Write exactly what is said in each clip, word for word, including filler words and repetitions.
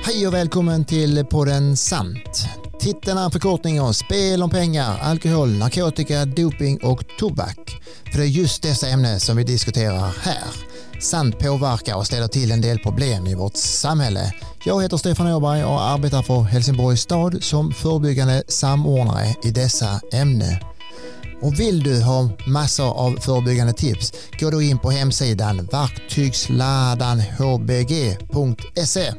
Hej och välkommen till podden Sant. Titeln är en förkortning av spel om pengar, alkohol, narkotika, doping och tobak. För det är just dessa ämnen som vi diskuterar här. Sant påverkar och ställer till en del problem i vårt samhälle. Jag heter Stefan Åberg och arbetar för Helsingborgs stad som förebyggande samordnare i dessa ämnen. Och vill du ha massor av förebyggande tips, gå då in på hemsidan verktygsladdan h b g punkt se.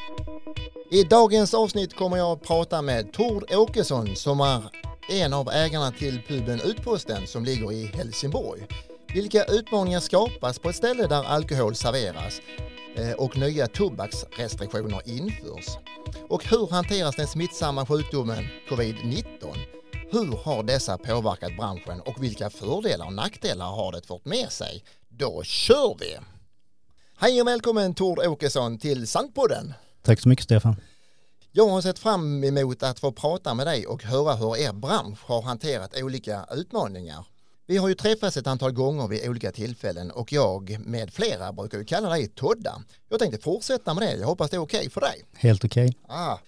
I dagens avsnitt kommer jag att prata med Tord Åkesson som är en av ägarna till puben Utposten som ligger i Helsingborg. Vilka utmaningar skapas på ett ställe där alkohol serveras och nya tobaksrestriktioner införs? Och hur hanteras den smittsamma sjukdomen covid nitton? Hur har dessa påverkat branschen och vilka fördelar och nackdelar har det fått med sig? Då kör vi! Hej och välkommen Tord Åkesson till Santpodden. Tack så mycket Stefan. Jag har sett fram emot att få prata med dig och höra hur er bransch har hanterat olika utmaningar. Vi har ju träffats ett antal gånger vid olika tillfällen och jag med flera brukar ju kalla dig Todda. Jag tänkte fortsätta med det, jag hoppas det är okej för dig. Helt okej. Ah.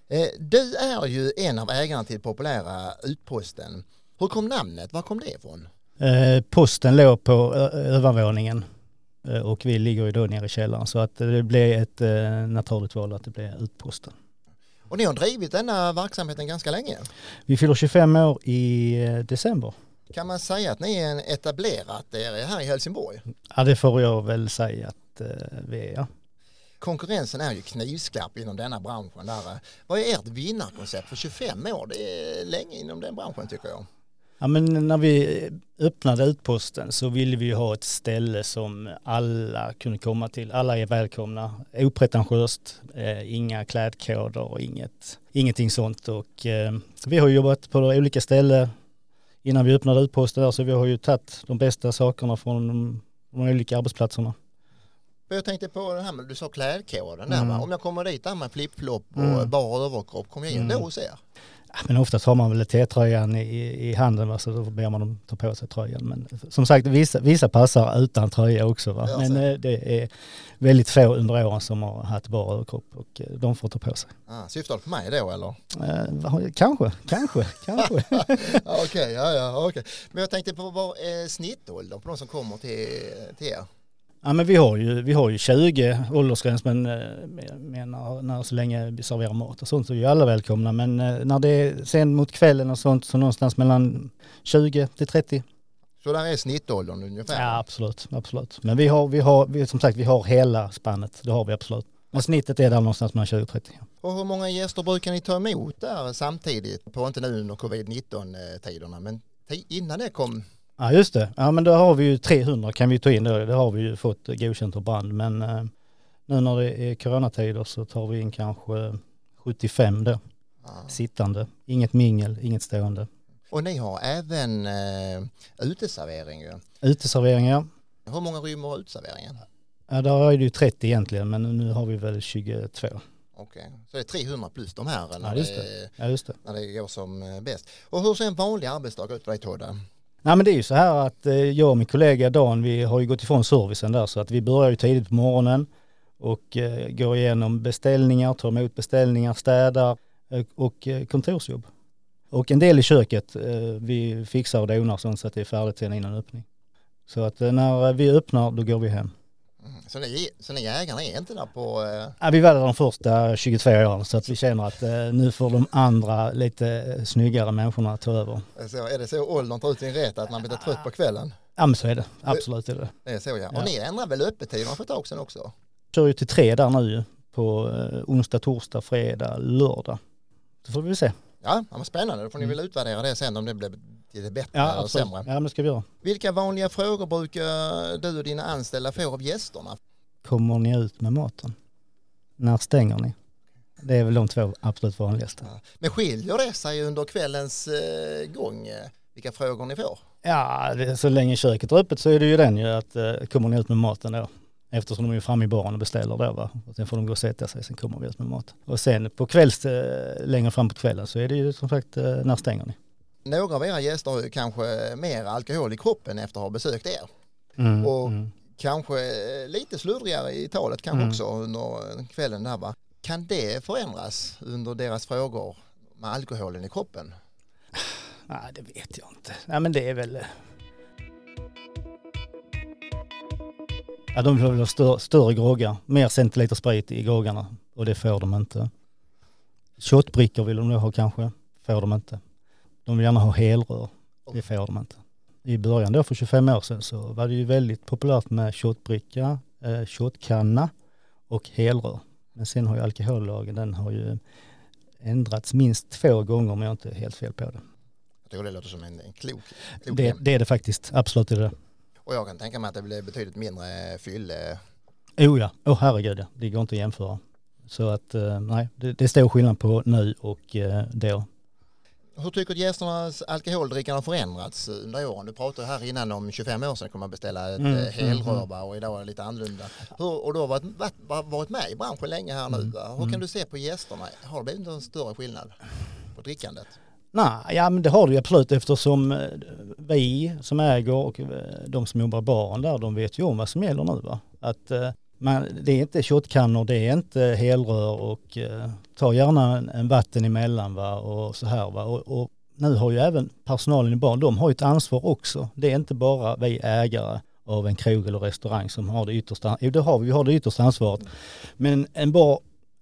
Du är ju en av ägarna till populära Utposten. Hur kom namnet? Var kom det ifrån? Eh, posten låg på övervåningen och vi ligger ju då nere i källaren så att det blev ett eh, naturligt val att det blev Utposten. Och ni har drivit denna verksamheten ganska länge? Vi fyller tjugofem år i eh, december. Kan man säga att ni är en etablerat er här i Helsingborg? Ja, det får jag väl säga att eh, vi är, ja. Konkurrensen är ju knivskarp inom denna branschen. Där. Vad är ert vinnarkoncept för tjugofem år? Det är länge inom den branschen tycker jag. Ja, men när vi öppnade Utposten så ville vi ha ett ställe som alla kunde komma till. Alla är välkomna. Opretentiöst, eh, inga klädkoder och inget, ingenting sånt. Och, eh, vi har jobbat på olika ställen innan vi öppnade Utposten där, så vi har ju tagit de bästa sakerna från de, de olika arbetsplatserna. Jag tänkte på det här med, du sa klädkoden där, mm. va? Om jag kommer dit där med flip-flop och mm. bara överkropp, kommer jag in mm. då och ser? Ja, men oftast har man väl T-tröjan i, i handen, va? Så då ber man dem ta på sig tröjan. Men som sagt, vissa, vissa passar utan tröja också. Va? Men eh, det är väldigt få under åren som har haft bara överkropp och eh, de får ta på sig. Ah, syftar du på mig då eller? Eh, kanske, kanske, kanske. Okej, okay, ja, ja, okay. Men jag tänkte på vad är snittåldern på de som kommer till, till er? Ja, men vi har ju, vi har ju tjugo åldersgräns, men, men när, när så länge vi serverar mat och sånt så är ju alla välkomna. Men när det är sen mot kvällen och sånt så någonstans mellan tjugo till trettio. Så där är snittåldern ungefär? Ja, absolut, absolut. Men vi har, vi har vi, som sagt, vi har hela spannet, det har vi absolut. Men snittet är där någonstans mellan tjugo och trettio. Och hur många gäster brukar ni ta emot där samtidigt? På inte nu under covid nitton-tiderna, men innan det kom... Ja, just det. Ja, men då har vi ju trehundra kan vi ta in då. Det har vi ju fått godkänt av brand. Men eh, nu när det är coronatider så tar vi in kanske sjuttiofem då. Ah. Sittande. Inget mingel, inget stående. Och ni har även eh, uteservering ju. Uteservering, ja. Hur många rymmer uteserveringen? Ja, där är det ju trettio egentligen, men nu har vi väl tjugotvå. Okej, okay. Så det är trehundra plus de här när, ja, just det. Det, ja, just det. när det går som bäst. Och hur ser en vanlig arbetsdag ut för dig, Todda? Nej, men det är ju så här att jag och min kollega Dan, vi har ju gått ifrån servicen där så att vi börjar ju tidigt på morgonen och eh, går igenom beställningar, tar emot beställningar, städar eh, och eh, kontorsjobb. Och en del i köket, eh, vi fixar och donar sånt så att det är färdigt sen innan öppning. Så att eh, när vi öppnar då går vi hem. Mm. Så, ni, så ni ägarna är inte där på... Eh... Ja, vi var där de första tjugotvå åren så att vi känner att eh, nu får de andra lite snyggare människorna ta över. Så är det så åldern tar ut sin rätt att man blir trött på kvällen? Ja, men så är det. Absolut är det. Det är så, ja. ja. Och ni ändrar väl öppettiderna för ett tag sedan också? Kör ju till tre där nu på eh, onsdag, torsdag, fredag, lördag. Så får vi se. Ja, men spännande. Då får ni mm. väl utvärdera det sen om det blir till det bättre ja, eller sämre. Ja, men det ska vi göra. Vilka vanliga frågor brukar du och dina anställda få av gästerna? Kommer ni ut med maten? När stänger ni? Det är väl de två absolut vanligaste. Ja. Men skiljer det sig under kvällens eh, gång vilka frågor ni får? Ja, det, så länge köket är öppet så är det ju den ju att eh, kommer ni ut med maten då? Eftersom de är framme i baren och beställer då, va? Och sen får de gå och sätta sig, sen kommer vi ut med mat. Och sen på kvälls, eh, längre fram på kvällen så är det ju som sagt, eh, när stänger ni? Några av era gäster har ju kanske mer alkohol i kroppen efter att ha besökt er. Mm, och mm. kanske lite sluddrigare i talet kanske mm. också under kvällen där, va? kan det förändras under deras frågor med alkoholen i kroppen? Nej, det vet jag inte. Nej, men det är väl... Ja, de vill ha större, större groggar. Mer centiliter sprit i groggarna. Och det får de inte. Shotbrickor vill de nog ha kanske. Får de inte. De vill gärna ha helrör. Det får de inte. I början då för tjugofem år sedan så var det ju väldigt populärt med shotbricka, eh, shotkanna och helrör. Men sen har ju alkohollagen, den har ju ändrats minst två gånger om jag inte är helt fel på det. Jag tycker det låter som en, en klok, klok det, det är det faktiskt, absolut är det. Och jag kan tänka mig att det blir betydligt mindre fylle. Oh ja, oh, herregud, ja. Det går inte att jämföra. Så att eh, nej, det, det är stor skillnad på nu och eh, då. Hur tycker du att gästernas alkoholdrickande har förändrats under åren? Du pratade här innan om tjugofem år sedan kommer man beställa ett mm, helrör mm. och idag är det lite annorlunda. Hur, och du har varit, varit, varit med i branschen länge här nu. Va? Hur kan mm. du se på gästerna? Har det blivit en större skillnad på drickandet? Nej, ja, men det har det ju absolut eftersom vi som äger och de som jobbar i baren där, de vet ju om vad som gäller nu. Va? Att man, det är inte shotkannor, det är inte helrör och uh, ta gärna en, en vatten emellan va? Och så här. Va? Och, och nu har ju även personalen i baren, de har ju ett ansvar också. Det är inte bara vi ägare av en krog eller restaurang som har det yttersta, jo det har vi, vi har det yttersta ansvaret. Men en bar,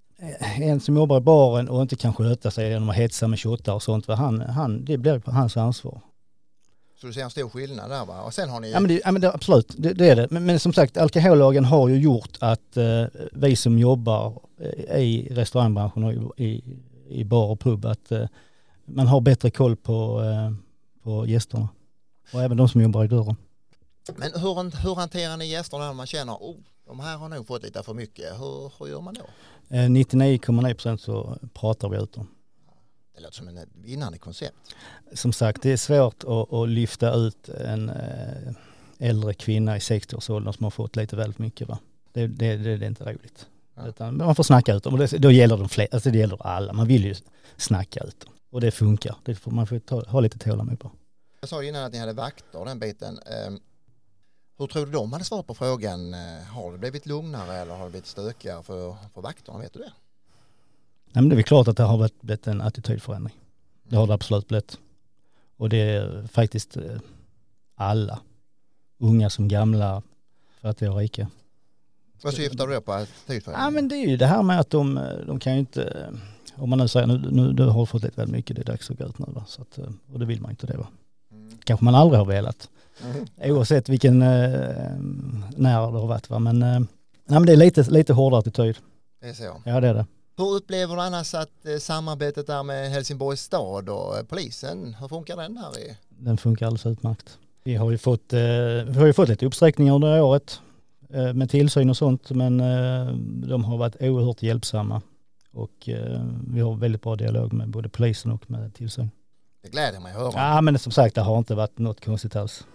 en som jobbar i baren och inte kan sköta sig genom att hetsa med shottar och sånt, va? Han, han, det blir på hans ansvar. Så du ser en stor skillnad där va? Och sen har ni... Ja men, det, ja, men det, absolut, det, det är det. Men, men som sagt, alkohollagen har ju gjort att eh, vi som jobbar i restaurangbranschen och i, i bar och pub, att eh, man har bättre koll på, eh, på gästerna. Och även de som jobbar i dörren. Men hur, hur hanterar ni gästerna när man känner oh, de här har nog fått lite för mycket? Hur, hur gör man då? Eh, nittionio komma nio procent så pratar vi ut dem. Det låter som en vinnande koncept. Som sagt, det är svårt att, att lyfta ut en äh, äldre kvinna i sextio-årsåldern som har fått lite väldigt mycket. Va? Det, det, det, det är inte roligt. Ja. Utan man får snacka ut dem. Och det, då gäller de fler, alltså det gäller alla. Man vill ju snacka ut dem. Och det funkar. Det får, man får ta, ha lite tålamod på. Jag sa innan att ni hade vakter, den biten. Um, hur tror du de hade svarat på frågan? Uh, har det blivit lugnare eller har det blivit stökigare för, för vakterna? Vet du det? Nej, men det är väl klart att det har blivit en attitydförändring. Det har det absolut blivit. Och det är faktiskt alla, unga som gamla, för att jag är rika. Vad syftar du då på attitydförändring? Ja, men det är ju det här med att de, de kan ju inte, om man nu säger nu, nu du har fått lite väl mycket, det är dags att gå ut nu. Va? Så att, och det vill man inte det va. Mm. Kanske man aldrig har velat. Mm. Oavsett vilken, när det har varit va. Men, nej, men det är lite, lite hårdare attityd. Det är så. Ja, det är det. Hur upplever du annars att eh, samarbetet där med Helsingborgs stad och eh, polisen, hur funkar den här? I? Den funkar alldeles utmärkt. Vi har ju fått, eh, vi har ju fått lite uppsträckningar under året eh, med tillsyn och sånt, men eh, de har varit oerhört hjälpsamma och eh, vi har väldigt bra dialog med både polisen och med tillsyn. Det gläder mig att höra. Ja, men som sagt, det har inte varit något konstigt alls.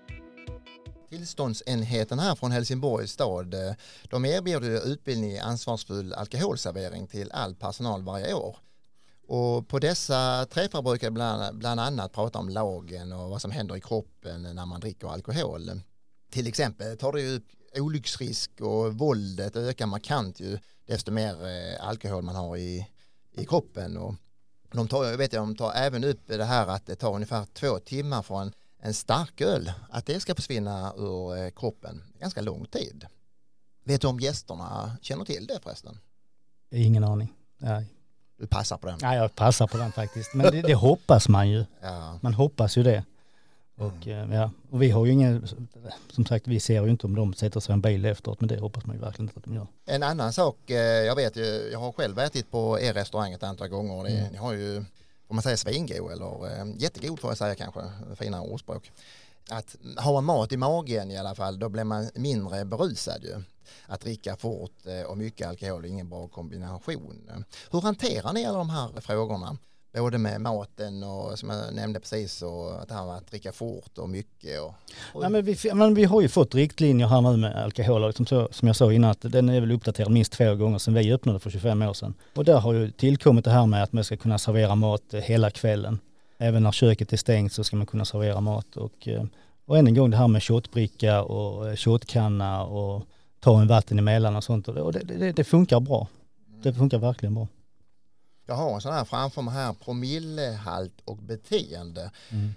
Tillståndsenheten här från Helsingborgs stad, de erbjuder utbildning i ansvarsfull alkoholservering till all personal varje år. Och på dessa träffar brukar bland, bland annat prata om lagen och vad som händer i kroppen när man dricker alkohol. Till exempel tar det upp olycksrisk och våldet ökar markant ju desto mer alkohol man har i, i kroppen. Och de tar, jag vet, de tar även upp det här att det tar ungefär två timmar från en starköl, att det ska försvinna ur kroppen. Ganska lång tid. Vet du om gästerna känner till det förresten? Ingen aning. Nej. Du passar på den? Nej, jag passar på den faktiskt. Men det, det hoppas man ju. Ja. Man hoppas ju det. Och, mm. ja. och vi har ju ingen, som sagt, vi ser ju inte om de sätter sig en bil efteråt, men det hoppas man ju verkligen inte att de gör. En annan sak, jag vet ju, jag har själv ätit på er restaurang ett antal gånger. Mm. Ni har ju, får man säga, svingo eller äh, jättegod får jag säga kanske, fina ordspråk. Att har man mat i magen i alla fall, då blir man mindre berusad ju. Att dricka fort och mycket alkohol är ingen bra kombination. Hur hanterar ni alla de här frågorna? Både med maten och som jag nämnde precis, och att det här med att dricka fort och mycket. Och, och... Nej, men, vi, men vi har ju fått riktlinjer här nu med alkohol, som, så, som jag sa innan, att den är väl uppdaterad minst två gånger sedan vi öppnade för tjugofem år sedan. Och där har ju tillkommit det här med att man ska kunna servera mat hela kvällen. Även när köket är stängt så ska man kunna servera mat. Och, och än en gång det här med shotbricka och shotkanna och ta en vatten emellan och sånt. Och det, det, det funkar bra. Det funkar verkligen bra. Jag har en sån här framför mig här, promillehalt och beteende. Mm.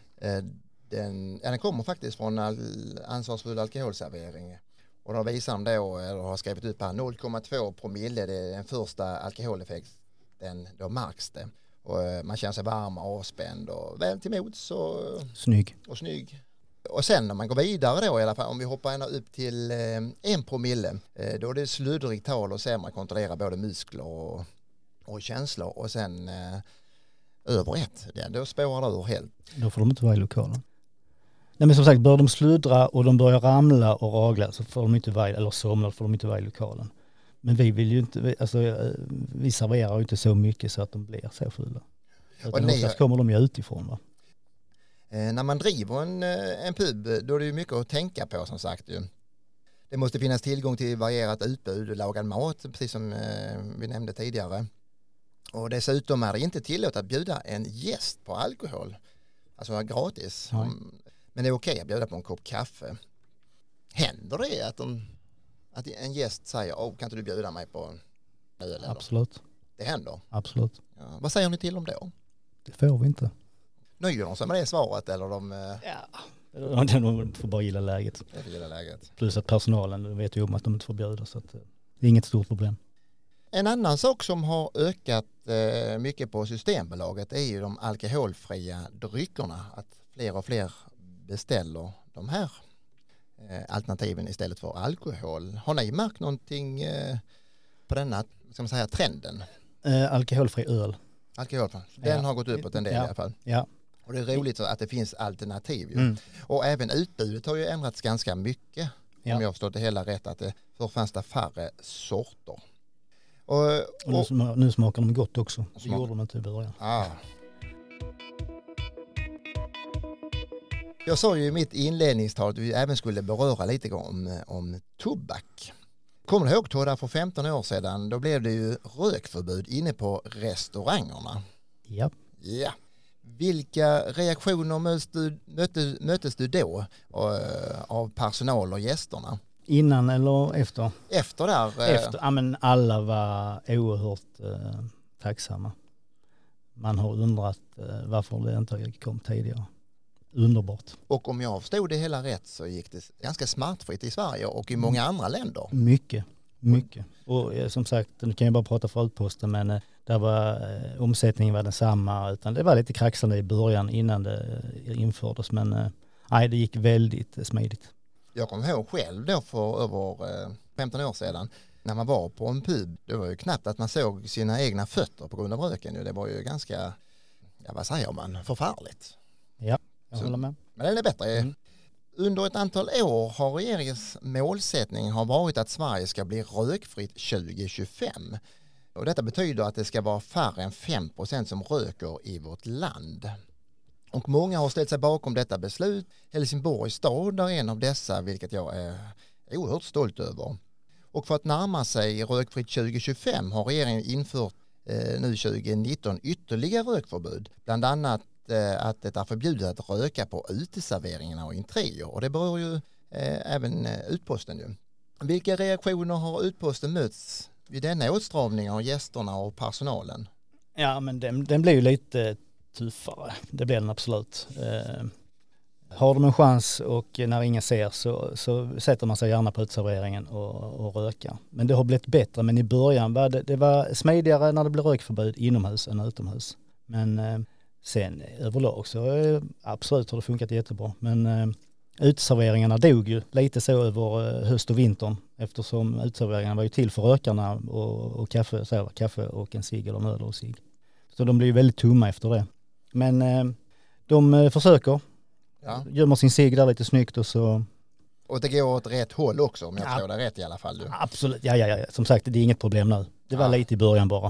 Den, ja, den kommer faktiskt från all, ansvarsfull alkoholservering. Och då visar de då, eller har skrivit ut här, noll komma två promille, det är den första alkoholeffekten, då märks det. Och man känner sig varm, avspänd och väl till mods och snygg. Och snygg. Och sen när man går vidare då i alla fall, om vi hoppar ända upp till eh, en promille, eh, då är det sluddrigt tal och sämre kontrollera både muskler och, och känslor. Och sen eh, över ett, ja, då spårar det ur helt. Då får de inte vara i lokalen. Nej, men som sagt, bör de sluddra och de börjar ramla och ragla så får de inte vara, eller somna får de inte vara i lokalen. Men vi vill ju inte, alltså vi serverar ju inte så mycket så att de blir så fulla. Utan oftast kommer de ju utifrån, va? Eh, när man driver en, en pub, då är det ju mycket att tänka på som sagt. Ju. Det måste finnas tillgång till varierat utbud och lagad mat, precis som eh, vi nämnde tidigare. Och dessutom är det inte tillåtet att bjuda en gäst på alkohol. Alltså gratis. Nej. Men det är okej att bjuda på en kopp kaffe. Händer det att, de, att en gäst säger, åh, kan inte du bjuda mig på en öl? Absolut. Det händer? Absolut. Ja. Vad säger ni till om då? Det får vi inte. Nöjer de sig med det svaret? Eller de, ja, de får bara gilla läget. Det får gilla läget. Plus att personalen vet ju om att de inte får bjuda, så att det är inget stort problem. En annan sak som har ökat eh, mycket på Systembolaget är ju de alkoholfria dryckerna. Att fler och fler beställer de här eh, alternativen istället för alkohol. Har ni märkt någonting eh, på denna, ska man säga, trenden? Eh, alkoholfri öl. Alkoholfri. Den ja. har gått uppåt en del ja. i alla fall. Ja. Och det är roligt att det finns alternativ. Ju. Mm. Och även utbudet har ju ändrats ganska mycket. Ja. Om jag har förstått det hela rätt, att det först fanns det färre sorter. Och, och, och nu, nu smakar de gott också. Det gjorde de inte i början. Ah. Jag sa ju i mitt inledningstal att vi även skulle beröra lite om, om tobak. Kommer du ihåg, Todda, för femton år sedan, då blev det ju rökförbud inne på restaurangerna. Ja. Ja. Vilka reaktioner möttes du, mötte, möttes du då uh, av personal och gästerna? Innan eller efter? Efter där. Uh, efter, ja, men alla var oerhört uh, tacksamma. Man har undrat uh, varför det inte kom tidigare. Underbart. Och om jag förstod det hela rätt så gick det ganska smärtfritt i Sverige och i många andra länder. Mycket, mycket. Och eh, som sagt, nu kan jag bara prata för utposten, men eh, där var eh, omsättningen var densamma, utan det var lite kraxande i början innan det eh, infördes, men eh, nej, det gick väldigt eh, smidigt. Jag kommer ihåg själv då för över eh, femton år sedan när man var på en pub, det var ju knappt att man såg sina egna fötter på grund av röken. Det var ju ganska, ja vad säger man, förfärligt. Ja. Så, med. Men den är bättre. Mm. Under ett antal år har regeringens målsättning har varit att Sverige ska bli rökfritt tjugo tjugofem. Och detta betyder att det ska vara färre än fem procent som röker i vårt land. Och många har ställt sig bakom detta beslut. Helsingborgs stad är en av dessa, vilket jag är oerhört stolt över. Och för att närma sig rökfritt tjugo tjugofem har regeringen infört eh, nu tjugo nitton ytterligare rökförbud. Bland annat att det är förbjudet att röka på uteserveringarna och entréer, och det berör ju eh, även eh, utposten ju. Vilka reaktioner har utposten mötts vid denna åtstramning av gästerna och personalen? Ja, men den, den blir ju lite tuffare, det blir den absolut. Eh, har de en chans och när ingen ser så, så sätter man sig gärna på uteserveringen och, och röka. Men det har blivit bättre, men i början var det, det var smidigare när det blev rökförbud inomhus än utomhus. Men eh, sen överlag så eh, absolut har det funkat jättebra. Men eh, uteserveringarna dog ju lite så över eh, höst och vintern, eftersom uteserveringarna var ju till för rökarna och, och kaffe, så här, kaffe och en cigg eller en öl och cigg. Så de blev ju väldigt tomma efter det. Men eh, de eh, försöker. Ja. Gömmer sin cigg där lite snyggt och så... Och det går åt rätt håll också, om jag förstår det rätt i alla fall. Du. Absolut, ja, ja, ja. Som sagt, det är inget problem nu. Det var ja. lite i början bara.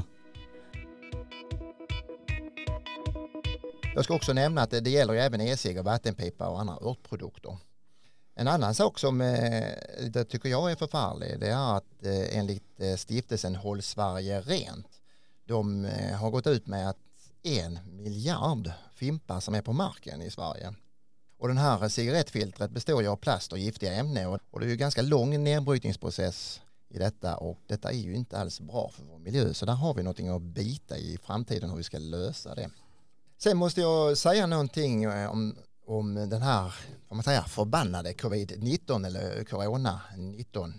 Jag ska också nämna att det, det gäller ju även e-cigg och vattenpipa och andra örtprodukter. En annan sak som eh, det tycker jag är förfärlig, det är att eh, enligt eh, stiftelsen Håll Sverige Rent, de eh, har gått ut med att en miljard fimpar som är på marken i Sverige. Och den här cigarettfiltret består ju av plast och giftiga ämnen, och det är ju ganska lång nedbrytningsprocess i detta, och detta är ju inte alls bra för vår miljö, så där har vi någonting att bita i framtiden hur vi ska lösa det. Sen måste jag säga någonting om, om den här, vad man säger, förbannade covid nitton eller corona nitton.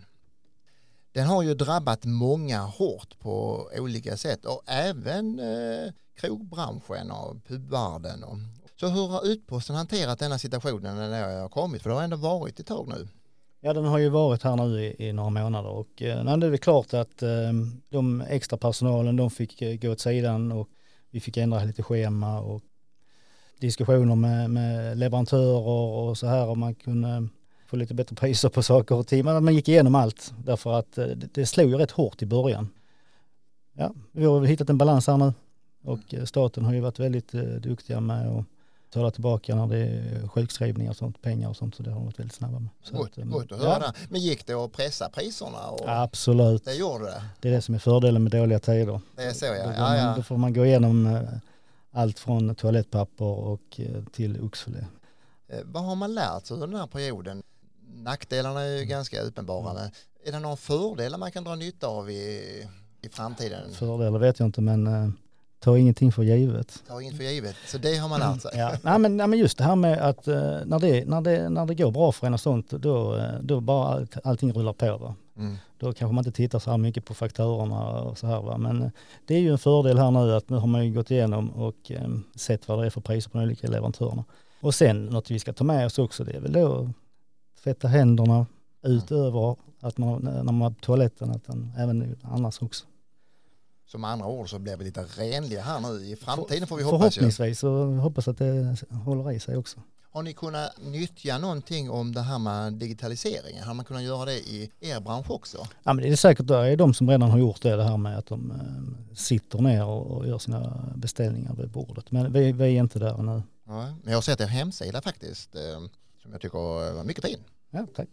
Den har ju drabbat många hårt på olika sätt, och även eh, krogbranschen och pubvärlden. Och, så hur har Utposten hanterat denna situationen när det har kommit? För det har ändå varit ett tag nu. Ja, den har ju varit här nu i, i några månader, och eh, nej, det är klart att eh, de extra personalen, de fick eh, gå åt sidan, och vi fick ändra lite schema och diskussioner med, med leverantörer och så här, om man kunde få lite bättre priser på saker och ting. Men man gick igenom allt, därför att eh, det, det slog ju rätt hårt i början. Ja, vi har hittat en balans här nu, och eh, staten har ju varit väldigt eh, duktiga med att tala tillbaka när det är sjukskrivningar och sånt, pengar och sånt, så det har varit väldigt snabba med. Gott, gott att höra. Ja. Men gick det att pressa priserna? Och absolut. Det gjorde det. Det är det som är fördelen med dåliga tider. Det är så, ja. Då, ja, ja. då får man gå igenom eh, allt från toalettpapper och eh, till oxfilé. Eh, vad har man lärt sig under den här perioden? Nackdelarna är ju mm. ganska uppenbara. Mm. Är det någon fördelar man kan dra nytta av i, i framtiden? Fördelar vet jag inte, men eh, ta ingenting för givet. Ta inget för givet, så det har man lärt sig. Ja. Nej, men, nej, men just det här med att eh, när, det, när, det, när det går bra för en och sånt, då, då bara allt, allting rullar på. Va? Mm. Då kanske man inte tittar så här mycket på fakturorna och så här. Va? Men det är ju en fördel här nu, att nu har man ju gått igenom och eh, sett vad det är för priser på de olika leverantörerna. Och sen något vi ska ta med oss också, det är väl då tvätta händerna utöver att man, när man är på toaletten, att den, även annars också. Som andra ord så blir vi lite renliga här nu i framtiden, får vi hoppas. Förhoppningsvis, så hoppas att det håller i sig också. Har ni kunnat nyttja någonting om det här med digitaliseringen? Har man kunnat göra det i er bransch också? Ja, men det är säkert det är de som redan har gjort det, det här med att de äh, sitter ner och, och gör sina beställningar vid bordet. Men vi, vi är inte där nu. Ja, men jag har sett er hemsida faktiskt, eh, som jag tycker var mycket fin. Ja, tack.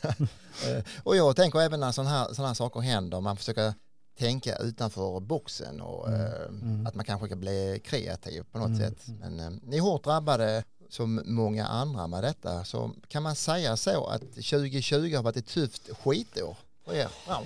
Och jag tänker även när sådana här, sådana här saker händer, man försöker tänka utanför boxen och mm. Eh, mm. att man kanske kan bli kreativ på något mm. sätt. Men eh, ni är hårt drabbade som många andra med detta, så kan man säga så att tjugo tjugo har varit ett tufft skitår för er? Wow.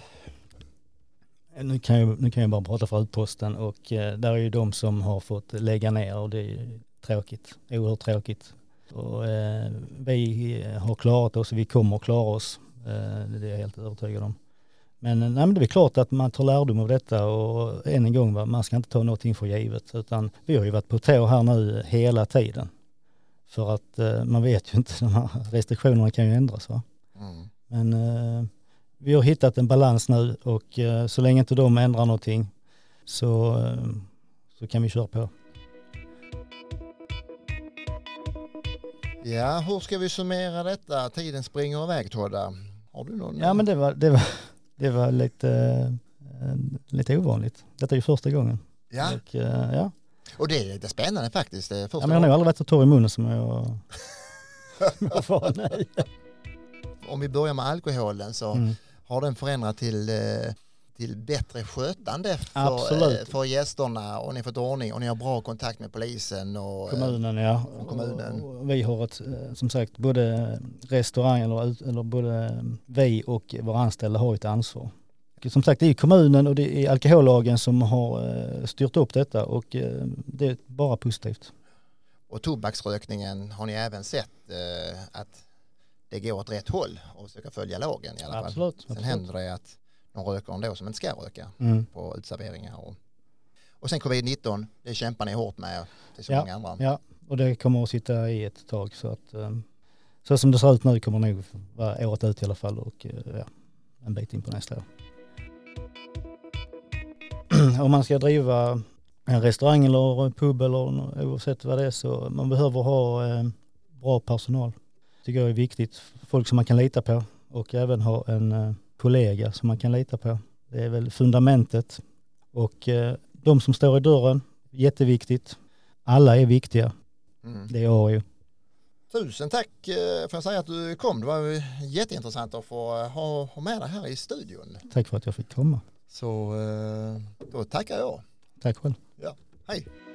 Nu kan jag, nu kan jag bara prata för Utposten, och eh, där är ju de som har fått lägga ner, och det är tråkigt, oerhört tråkigt. Och, eh, vi har klarat oss, vi kommer att klara oss, eh, det är jag helt övertygad om. Men, nej, men det är klart att man tar lärdom av detta, och än en gång, va, man ska inte ta någonting för givet, utan vi har ju varit på tå här nu hela tiden. För att eh, man vet ju inte, de här restriktionerna kan ju ändras. Va? Mm. Men eh, vi har hittat en balans nu, och eh, så länge inte de ändrar någonting så, eh, så kan vi köra på. Ja, hur ska vi summera detta? Tiden springer iväg, Todda. Har du någon? Ja, men det var, det var, det var lite, äh, lite ovanligt. Detta är ju första gången. Ja. Och, äh, ja. Och det är lite spännande faktiskt. Det är första ja, men jag har nog aldrig varit så torr i munnen som jag, jag var. Nej. Om vi börjar med alkoholen, så mm. har den förändrat till... Eh, till bättre skötande för, för gästerna, och ni har fått ordning och ni har bra kontakt med polisen och kommunen. Ja. Och kommunen. Och, och vi har ett, som sagt, både restaurang eller, eller både vi och våra anställda har ett ansvar. Som sagt, det är kommunen och det är alkohollagen som har styrt upp detta, och det är bara positivt. Och tobaksrökningen har ni även sett eh, att det går åt rätt håll och försöka följa lagen i alla fall. Absolut. Sen absolut. händer det att de röker ändå som inte ska röka mm. på utserveringar. Och, och sen covid nitton, det kämpar ni hårt med till så ja, många andra. Ja, och det kommer att sitta i ett tag. Så att så som det ser ut nu kommer det nog vara året ut i alla fall, och ja, en bit in på nästa år. Om man ska driva en restaurang eller en pub eller oavsett vad det är, så man behöver ha eh, bra personal. Det tycker jag är viktigt. Folk som man kan lita på, och även ha en eh, kollega som man kan lita på. Det är väl fundamentet. Och eh, de som står i dörren, jätteviktigt. Alla är viktiga. Mm. Det är ju. Tusen tack för att jag säga att du kom. Det var jätteintressant att få ha, ha med dig här i studion. Tack för att jag fick komma. Så då tackar jag. Tack själv. Ja, hej.